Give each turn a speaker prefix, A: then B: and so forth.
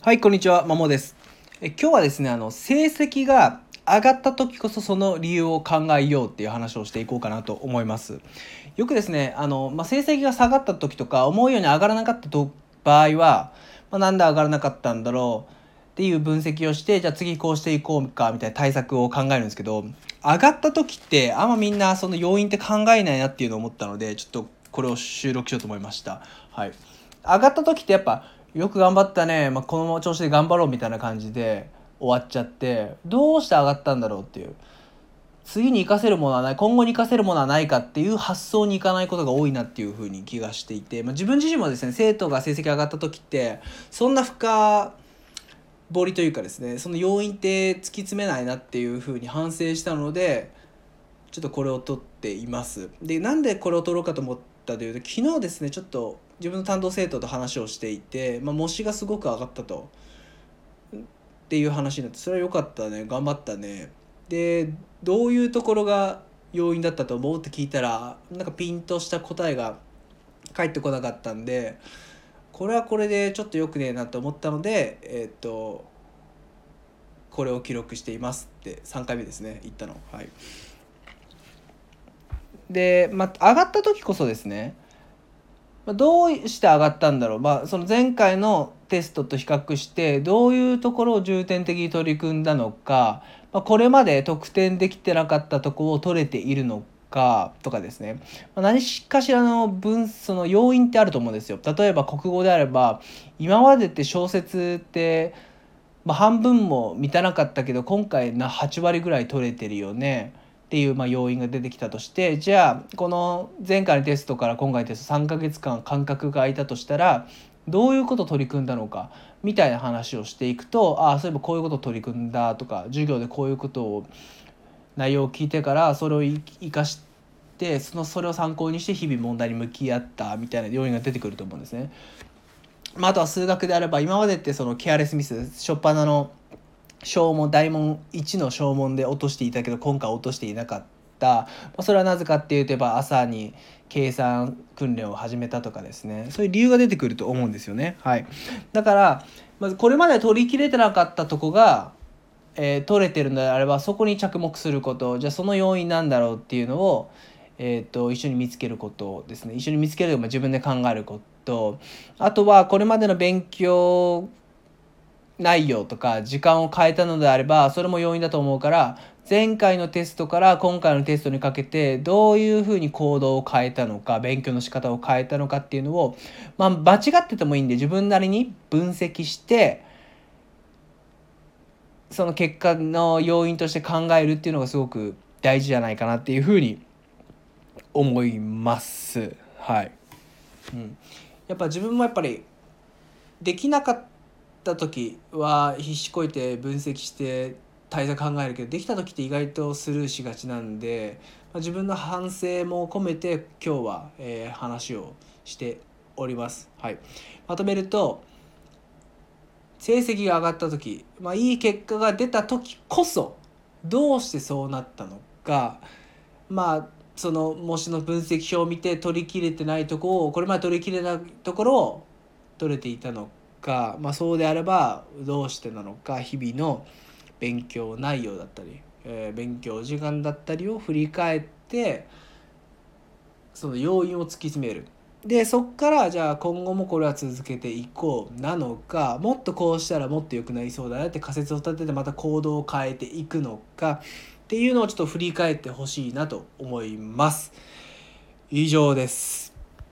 A: はい、こんにちは、まもです。今日はですね、成績が上がった時こそその理由を考えようっていう話をしていこうかなと思います。よくですね、成績が下がった時とか、思うように上がらなかった場合は、なんで上がらなかったんだろうっていう分析をして、じゃあ次こうしていこうかみたいな対策を考えるんですけど、上がった時ってあんまみんなその要因って考えないなっていうのを思ったので、ちょっとこれを収録しようと思いました。はい。上がった時ってやっぱよく頑張ったね、この調子で頑張ろうみたいな感じで終わっちゃって、どうして上がったんだろうっていう、次に生かせるものはない、今後に生かせるものはないかっていう発想にいかないことが多いなっていうふうに気がしていて、自分自身もですね、生徒が成績上がった時ってそんな深掘りというかですね、その要因って突き詰めないなっていうふうに反省したので、ちょっとこれを取っています。で、なんでこれを取ろうかと思ったというと、昨日ですね、ちょっと自分の担当生徒と話をしていて、模試がすごく上がったとっていう話になって、それは良かったね、頑張ったね。で、どういうところが要因だったと思うって聞いたら、なんかピンとした答えが返ってこなかったんで、これはこれでちょっと良くねえなと思ったので、これを記録していますって3回目ですね、言ったの。はい。で、上がった時こそですね、どうして上がったんだろう、その前回のテストと比較してどういうところを重点的に取り組んだのか、これまで得点できてなかったところを取れているのかとかですね、何かしらのその要因ってあると思うんですよ。例えば国語であれば、今までって小説って、半分も満たなかったけど今回8割ぐらい取れてるよねっていう、要因が出てきたとして、じゃあこの前回のテストから今回のテスト3ヶ月間間隔が空いたとしたら、どういうことを取り組んだのかみたいな話をしていくと、そういえばこういうことを取り組んだとか、授業でこういうことを内容を聞いてからそれを生かしてそれを参考にして日々問題に向き合ったみたいな要因が出てくると思うんですね。あとは数学であれば、今までってそのケアレスミス、初っ端の小問大問1の小問で落としていたけど今回落としていなかった、それはなぜかっていうと、朝に計算訓練を始めたとかですね、そういう理由が出てくると思うんですよね。はい。だからまずこれまで取り切れてなかったとこが、取れてるのであれば、そこに着目すること、じゃあその要因なんだろうっていうのを、一緒に見つけることですね。一緒に見つけるというか、自分で考えること、あとはこれまでの勉強内容とか時間を変えたのであれば、それも要因だと思うから、前回のテストから今回のテストにかけてどういうふうに行動を変えたのか、勉強の仕方を変えたのかっていうのを、間違っててもいいんで自分なりに分析して、その結果の要因として考えるっていうのがすごく大事じゃないかなっていうふうに思います。はい。やっぱ自分もやっぱりできなかった時は必死こいて分析して対策考えるけど、できた時って意外とスルーしがちなんで、自分の反省も込めて今日は、話をしております。はい。まとめると、成績が上がった時、いい結果が出た時こそどうしてそうなったのか、その模試の分析表を見て取り切れてないところを、これまで取り切れないところを取れていたのか、そうであればどうしてなのか、日々の勉強内容だったり、勉強時間だったりを振り返って、その要因を突き詰める。でそっからじゃあ今後もこれは続けていこうなのか、もっとこうしたらもっと良くなりそうだなって仮説を立ててまた行動を変えていくのかっていうのをちょっと振り返ってほしいなと思います。以上です。